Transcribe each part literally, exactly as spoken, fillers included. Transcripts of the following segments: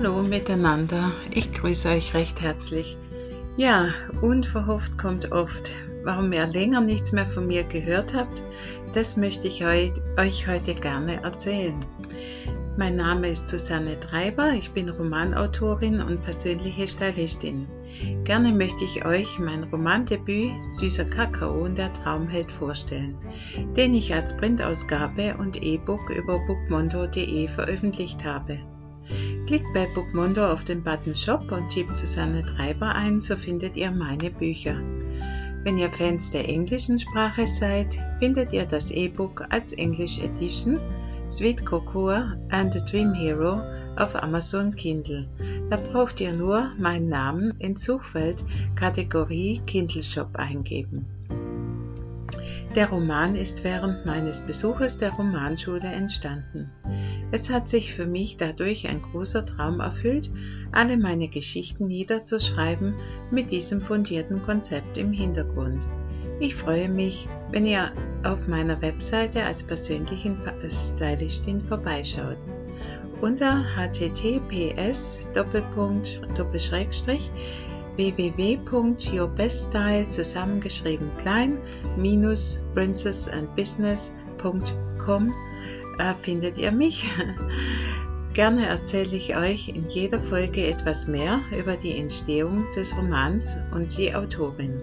Hallo miteinander, ich grüße euch recht herzlich. Ja, unverhofft kommt oft. Warum ihr länger nichts mehr von mir gehört habt, das möchte ich euch heute gerne erzählen. Mein Name ist Susanne Treiber, ich bin Romanautorin und persönliche Stylistin. Gerne möchte ich euch mein Romandebüt Süßer Kakao und der Traumheld vorstellen, den ich als Printausgabe und E-Book über bookmondo punkt de veröffentlicht habe. Klickt bei Bookmondo auf den Button Shop und tippt Susanne Treiber ein, so findet ihr meine Bücher. Wenn ihr Fans der englischen Sprache seid, findet ihr das E-Book als English Edition Sweet Cocoa and the Dream Hero auf Amazon Kindle. Da braucht ihr nur meinen Namen ins Suchfeld Kategorie Kindle Shop eingeben. Der Roman ist während meines Besuches der Romanschule entstanden. Es hat sich für mich dadurch ein großer Traum erfüllt, alle meine Geschichten niederzuschreiben mit diesem fundierten Konzept im Hintergrund. Ich freue mich, wenn ihr auf meiner Webseite als persönlichen Stylistin vorbeischaut. Unter h t t p s w w w punkt yourbeststyle zusammengeschrieben klein minus princess and business punkt com äh, findet ihr mich. Gerne erzähle ich euch in jeder Folge etwas mehr über die Entstehung des Romans und die Autorin.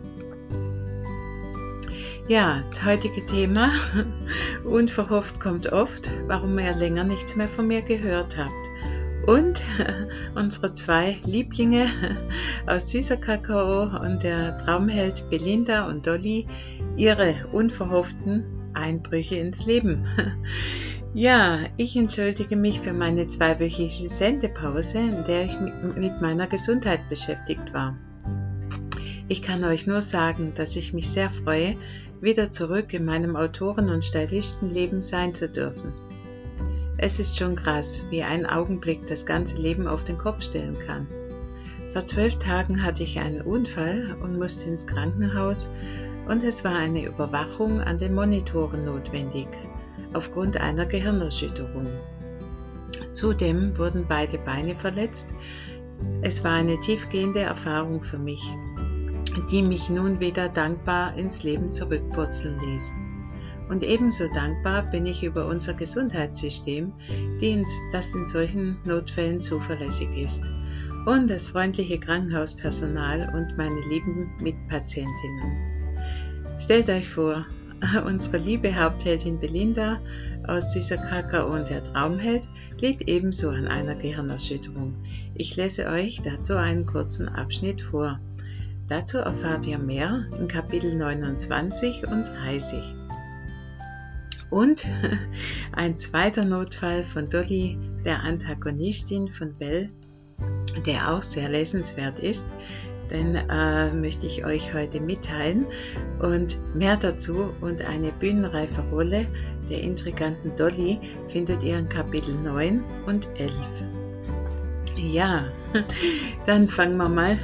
Ja, das heutige Thema, unverhofft kommt oft, warum ihr länger nichts mehr von mir gehört habt. Und unsere zwei Lieblinge aus Süßer Kakao und der Traumheld Belinda und Dolly, ihre unverhofften Einbrüche ins Leben. Ja, ich entschuldige mich für meine zweiwöchige Sendepause, in der ich mit meiner Gesundheit beschäftigt war. Ich kann euch nur sagen, dass ich mich sehr freue, wieder zurück in meinem Autoren- und Stylistenleben sein zu dürfen. Es ist schon krass, wie ein Augenblick das ganze Leben auf den Kopf stellen kann. Vor zwölf Tagen hatte ich einen Unfall und musste ins Krankenhaus und es war eine Überwachung an den Monitoren notwendig, aufgrund einer Gehirnerschütterung. Zudem wurden beide Beine verletzt. Es war eine tiefgehende Erfahrung für mich, die mich nun wieder dankbar ins Leben zurückpurzeln ließ. Und ebenso dankbar bin ich über unser Gesundheitssystem, das in solchen Notfällen zuverlässig ist, und das freundliche Krankenhauspersonal und meine lieben Mitpatientinnen. Stellt euch vor, unsere liebe Hauptheldin Belinda aus Süßer Kakao und der Traumheld litt ebenso an einer Gehirnerschütterung. Ich lese euch dazu einen kurzen Abschnitt vor. Dazu erfahrt ihr mehr in Kapitel neunundzwanzig und dreißig. Und ein zweiter Notfall von Dolly, der Antagonistin von Belle, der auch sehr lesenswert ist, den äh, möchte ich euch heute mitteilen. Und mehr dazu und eine bühnenreife Rolle der intriganten Dolly findet ihr in Kapitel neun und elf. Ja, dann fangen wir mal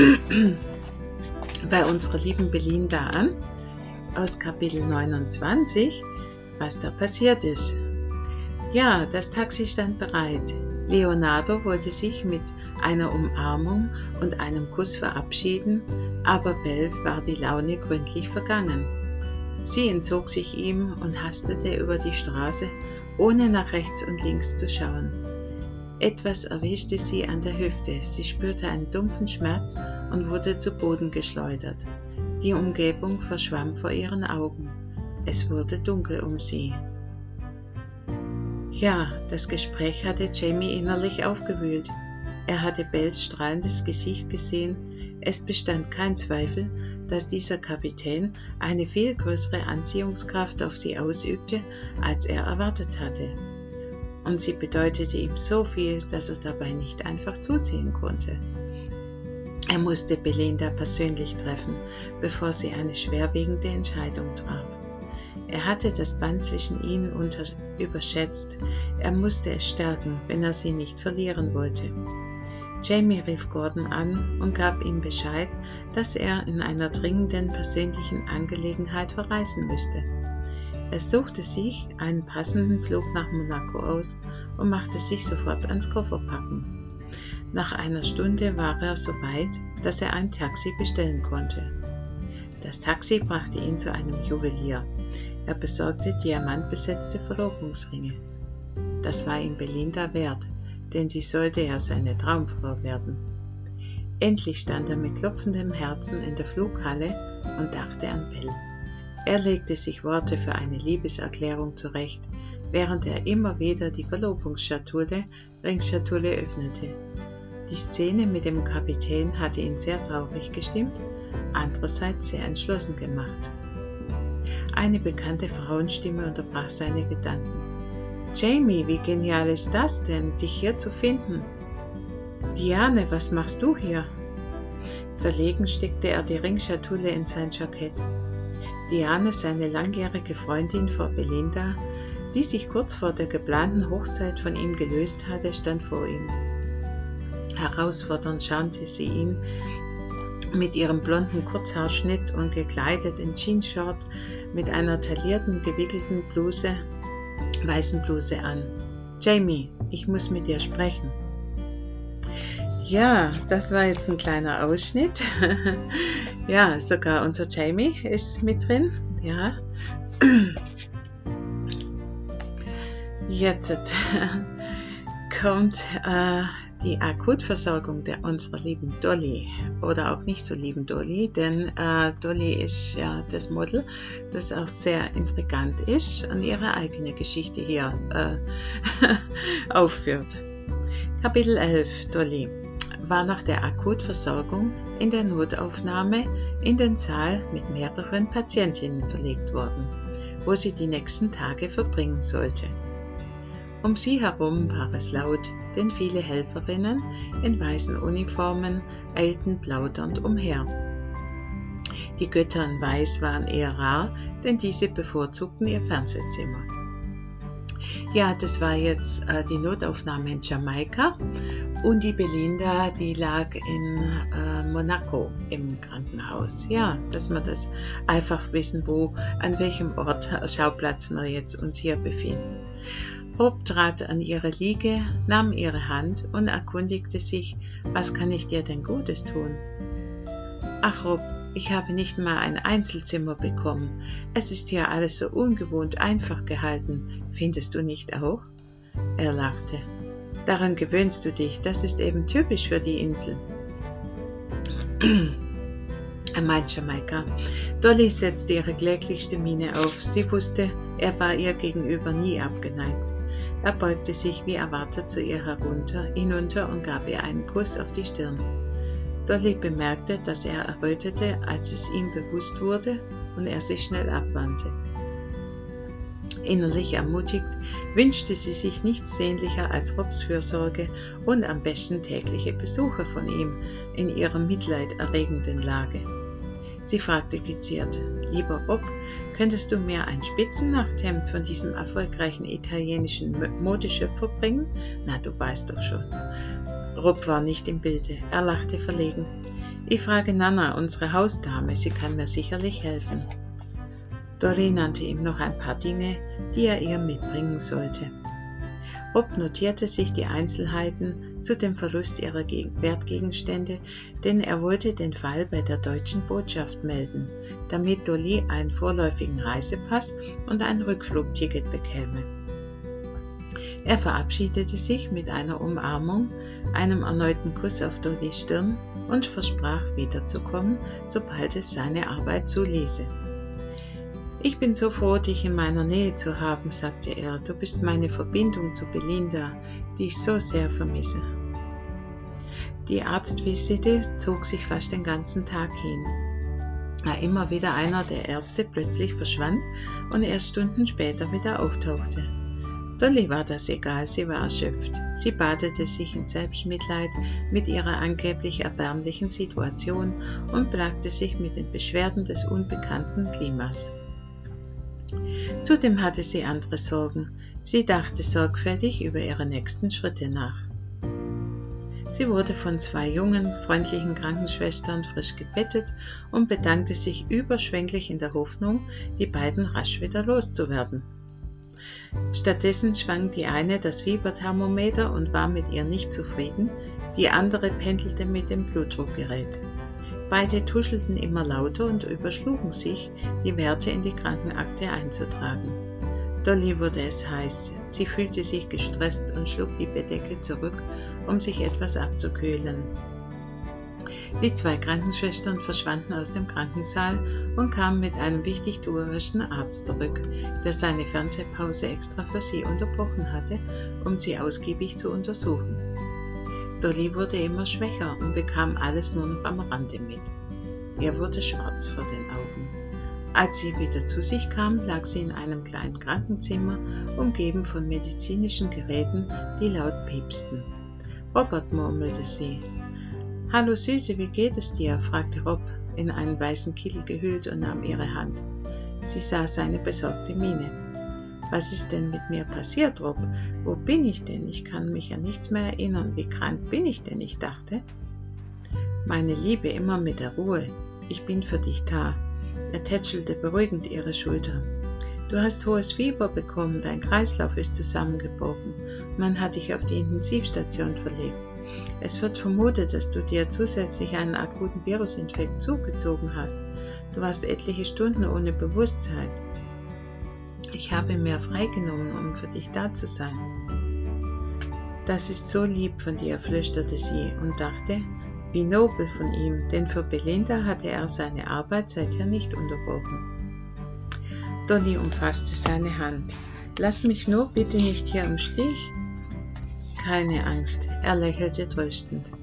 bei unserer lieben Belinda an, aus Kapitel neunundzwanzig, was da passiert ist. Ja, das Taxi stand bereit. Leonardo wollte sich mit einer Umarmung und einem Kuss verabschieden, aber Belle war die Laune gründlich vergangen. Sie entzog sich ihm und hastete über die Straße, ohne nach rechts und links zu schauen. Etwas erwischte sie an der Hüfte, sie spürte einen dumpfen Schmerz und wurde zu Boden geschleudert. Die Umgebung verschwamm vor ihren Augen. Es wurde dunkel um sie. Ja, das Gespräch hatte Jamie innerlich aufgewühlt. Er hatte Belles strahlendes Gesicht gesehen. Es bestand kein Zweifel, dass dieser Kapitän eine viel größere Anziehungskraft auf sie ausübte, als er erwartet hatte. Und sie bedeutete ihm so viel, dass er dabei nicht einfach zusehen konnte. Er musste Belinda persönlich treffen, bevor sie eine schwerwiegende Entscheidung traf. Er hatte das Band zwischen ihnen unter überschätzt. Er musste es stärken, wenn er sie nicht verlieren wollte. Jamie rief Gordon an und gab ihm Bescheid, dass er in einer dringenden persönlichen Angelegenheit verreisen müsste. Er suchte sich einen passenden Flug nach Monaco aus und machte sich sofort ans Kofferpacken. Nach einer Stunde war er so weit, dass er ein Taxi bestellen konnte. Das Taxi brachte ihn zu einem Juwelier. Er besorgte diamantbesetzte Verlobungsringe. Das war ihm Belinda wert, denn sie sollte ja seine Traumfrau werden. Endlich stand er mit klopfendem Herzen in der Flughalle und dachte an Belle. Er legte sich Worte für eine Liebeserklärung zurecht, während er immer wieder die Verlobungsschatulle, Ringschatulle öffnete. Die Szene mit dem Kapitän hatte ihn sehr traurig gestimmt, andererseits sehr entschlossen gemacht. Eine bekannte Frauenstimme unterbrach seine Gedanken. »Jamie, wie genial ist das denn, dich hier zu finden?« »Diane, was machst du hier?« Verlegen steckte er die Ringschatulle in sein Jackett. Diane, seine langjährige Freundin vor Belinda, die sich kurz vor der geplanten Hochzeit von ihm gelöst hatte, stand vor ihm. Herausfordernd schaute sie ihn mit ihrem blonden Kurzhaarschnitt und gekleidet in Jeansshort mit einer taillierten, gewickelten Bluse, weißen Bluse an. »Jamie, ich muss mit dir sprechen.« Ja, das war jetzt ein kleiner Ausschnitt. Ja, sogar unser Jamie ist mit drin. Ja. Jetzt kommt äh, die Akutversorgung der unserer lieben Dolly oder auch nicht so lieben Dolly, denn äh, Dolly ist ja das Model, das auch sehr intrigant ist und ihre eigene Geschichte hier äh, aufführt. Kapitel elf. Dolly war nach der Akutversorgung in der Notaufnahme in den Saal mit mehreren Patientinnen verlegt worden, wo sie die nächsten Tage verbringen sollte. Um sie herum war es laut, denn viele Helferinnen in weißen Uniformen eilten plaudernd umher. Die Götter in Weiß waren eher rar, denn diese bevorzugten ihr Fernsehzimmer. Ja, das war jetzt äh, die Notaufnahme in Jamaika und die Belinda, die lag in äh, Monaco im Krankenhaus. Ja, dass wir das einfach wissen, wo, an welchem Ort, Schauplatz wir jetzt uns hier befinden. Rob trat an ihre Liege, nahm ihre Hand und erkundigte sich, was kann ich dir denn Gutes tun? Ach Rob, ich habe nicht mal ein Einzelzimmer bekommen. Es ist hier alles so ungewohnt einfach gehalten. Findest du nicht auch? Er lachte. Daran gewöhnst du dich, das ist eben typisch für die Insel. Er meint Jamaika. Dolly setzte ihre kläglichste Miene auf. Sie wusste, er war ihr gegenüber nie abgeneigt. Er beugte sich wie erwartet zu ihr herunter, hinunter und gab ihr einen Kuss auf die Stirn. Dolly bemerkte, dass er errötete, als es ihm bewusst wurde und er sich schnell abwandte. Innerlich ermutigt, wünschte sie sich nichts sehnlicher als Robs Fürsorge und am besten tägliche Besuche von ihm in ihrer mitleiderregenden Lage. Sie fragte geziert, »Lieber Rob, könntest du mir ein Spitzennachthemd von diesem erfolgreichen italienischen Modeschöpfer bringen? Na, du weißt doch schon.« Rob war nicht im Bilde, er lachte verlegen. »Ich frage Nana, unsere Hausdame, sie kann mir sicherlich helfen.« Dolly nannte ihm noch ein paar Dinge, die er ihr mitbringen sollte. Rob notierte sich die Einzelheiten zu dem Verlust ihrer Wertgegenstände, denn er wollte den Fall bei der deutschen Botschaft melden, damit Dolly einen vorläufigen Reisepass und ein Rückflugticket bekäme. Er verabschiedete sich mit einer Umarmung, einem erneuten Kuss auf Dollys Stirn und versprach wiederzukommen, sobald es seine Arbeit zuließe. »Ich bin so froh, dich in meiner Nähe zu haben«, sagte er. »Du bist meine Verbindung zu Belinda, die ich so sehr vermisse.« Die Arztvisite zog sich fast den ganzen Tag hin, da immer wieder einer der Ärzte plötzlich verschwand und erst Stunden später wieder auftauchte. Dolly war das egal, sie war erschöpft. Sie badete sich in Selbstmitleid mit ihrer angeblich erbärmlichen Situation und plagte sich mit den Beschwerden des unbekannten Klimas. Zudem hatte sie andere Sorgen. Sie dachte sorgfältig über ihre nächsten Schritte nach. Sie wurde von zwei jungen, freundlichen Krankenschwestern frisch gebettet und bedankte sich überschwänglich in der Hoffnung, die beiden rasch wieder loszuwerden. Stattdessen schwang die eine das Fieberthermometer und war mit ihr nicht zufrieden, Die andere pendelte mit dem Blutdruckgerät. Beide tuschelten immer lauter und überschlugen sich, die Werte in die Krankenakte einzutragen. Dolly wurde es heiß. Sie fühlte sich gestresst und schlug die Bettdecke zurück, um sich etwas abzukühlen. Die zwei Krankenschwestern verschwanden aus dem Krankensaal und kamen mit einem wichtigtuerischen Arzt zurück, der seine Fernsehpause extra für sie unterbrochen hatte, um sie ausgiebig zu untersuchen. Dolly wurde immer schwächer und bekam alles nur noch am Rande mit. Ihr wurde schwarz vor den Augen. Als sie wieder zu sich kam, lag sie in einem kleinen Krankenzimmer, umgeben von medizinischen Geräten, die laut piepsten. Robert, murmelte sie. »Hallo Süße, wie geht es dir?« fragte Rob, in einen weißen Kittel gehüllt, und nahm ihre Hand. Sie sah seine besorgte Miene. »Was ist denn mit mir passiert, Rob? Wo bin ich denn? Ich kann mich an nichts mehr erinnern. Wie krank bin ich denn?« Ich dachte. »Meine Liebe, immer mit der Ruhe. Ich bin für dich da.« Er tätschelte beruhigend ihre Schulter. »Du hast hohes Fieber bekommen, dein Kreislauf ist zusammengebrochen. Man hat dich auf die Intensivstation verlegt. Es wird vermutet, dass du dir zusätzlich einen akuten Virusinfekt zugezogen hast. Du warst etliche Stunden ohne Bewusstsein. Ich habe mir freigenommen, um für dich da zu sein.« »Das ist so lieb von dir«, flüsterte sie und dachte, wie nobel von ihm, denn für Belinda hatte er seine Arbeit seither nicht unterbrochen. Dolly umfasste seine Hand. »Lass mich nur bitte nicht hier im Stich.« »Keine Angst«, er lächelte tröstend.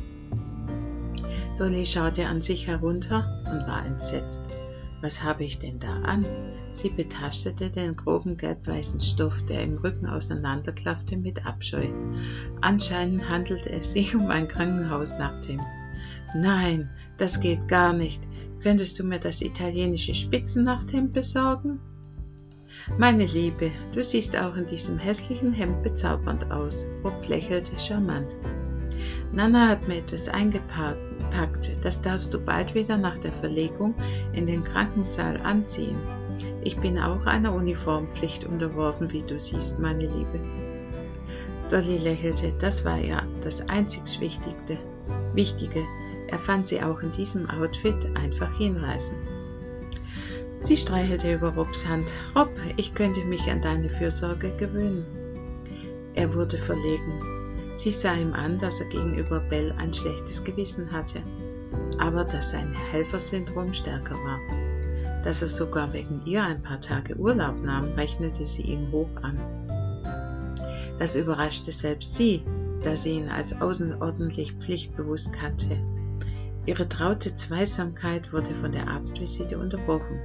Dolly schaute an sich herunter und war entsetzt. »Was habe ich denn da an?« Sie betastete den groben gelb-weißen Stoff, der im Rücken auseinanderklaffte, mit Abscheu. Anscheinend handelte es sich um ein Krankenhausnachthemd. »Nein, das geht gar nicht. Könntest du mir das italienische Spitzennachthemd besorgen?« »Meine Liebe, du siehst auch in diesem hässlichen Hemd bezaubernd aus«, Rob lächelte charmant. »Nana hat mir etwas eingepackt, das darfst du bald wieder nach der Verlegung in den Krankensaal anziehen. Ich bin auch einer Uniformpflicht unterworfen, wie du siehst, meine Liebe.« Dolly lächelte, das war ja das einzig Wichtige. Wichtige. Er fand sie auch in diesem Outfit einfach hinreißend. Sie streichelte über Robs Hand. »Rob, ich könnte mich an deine Fürsorge gewöhnen.« Er wurde verlegen. Sie sah ihm an, dass er gegenüber Belle ein schlechtes Gewissen hatte, aber dass sein Helfersyndrom stärker war. Dass er sogar wegen ihr ein paar Tage Urlaub nahm, rechnete sie ihm hoch an. Das überraschte selbst sie, da sie ihn als außerordentlich pflichtbewusst kannte. Ihre traute Zweisamkeit wurde von der Arztvisite unterbrochen.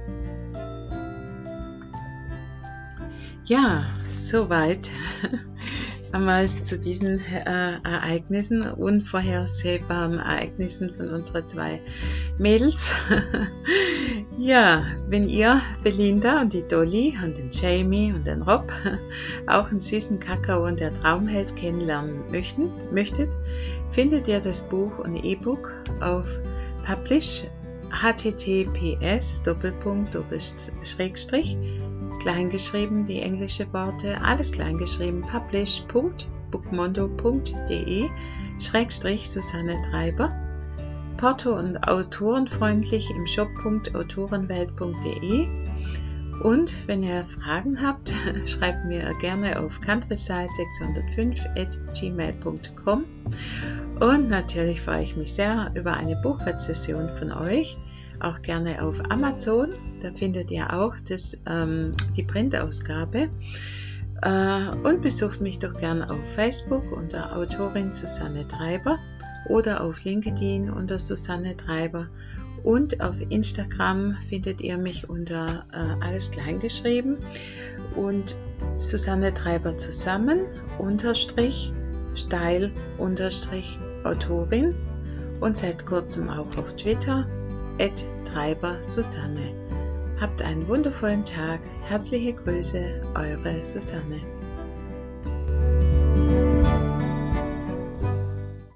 Ja, soweit einmal zu diesen äh, Ereignissen, unvorhersehbaren Ereignissen von unseren zwei Mädels. Ja, wenn ihr Belinda und die Dolly und den Jamie und den Rob auch einen süßen Kakao und der Traumheld kennenlernen möchten, möchtet, findet ihr das Buch und E-Book auf Publish, https Doppelpunkt Schrägstrich kleingeschrieben, die englische Worte, alles kleingeschrieben, publish punkt bookmondo punkt de Schrägstrich Susanne Treiber, Porto und autorenfreundlich im shop punkt autorenwelt punkt de. Und wenn ihr Fragen habt, schreibt mir gerne auf countryside sechshundertfünf at gmail punkt com. Und natürlich freue ich mich sehr über eine Buchrezession von euch, auch gerne auf Amazon. Da findet ihr auch das, ähm, die Printausgabe. Äh, und besucht mich doch gerne auf Facebook unter Autorin Susanne Treiber oder auf LinkedIn unter Susanne Treiber. Und auf Instagram findet ihr mich unter äh, alles klein geschrieben und Susanne Treiber zusammen, unterstrich, steil, unterstrich, Autorin und seit kurzem auch auf Twitter, at Treiber Susanne. Habt einen wundervollen Tag. Herzliche Grüße, eure Susanne.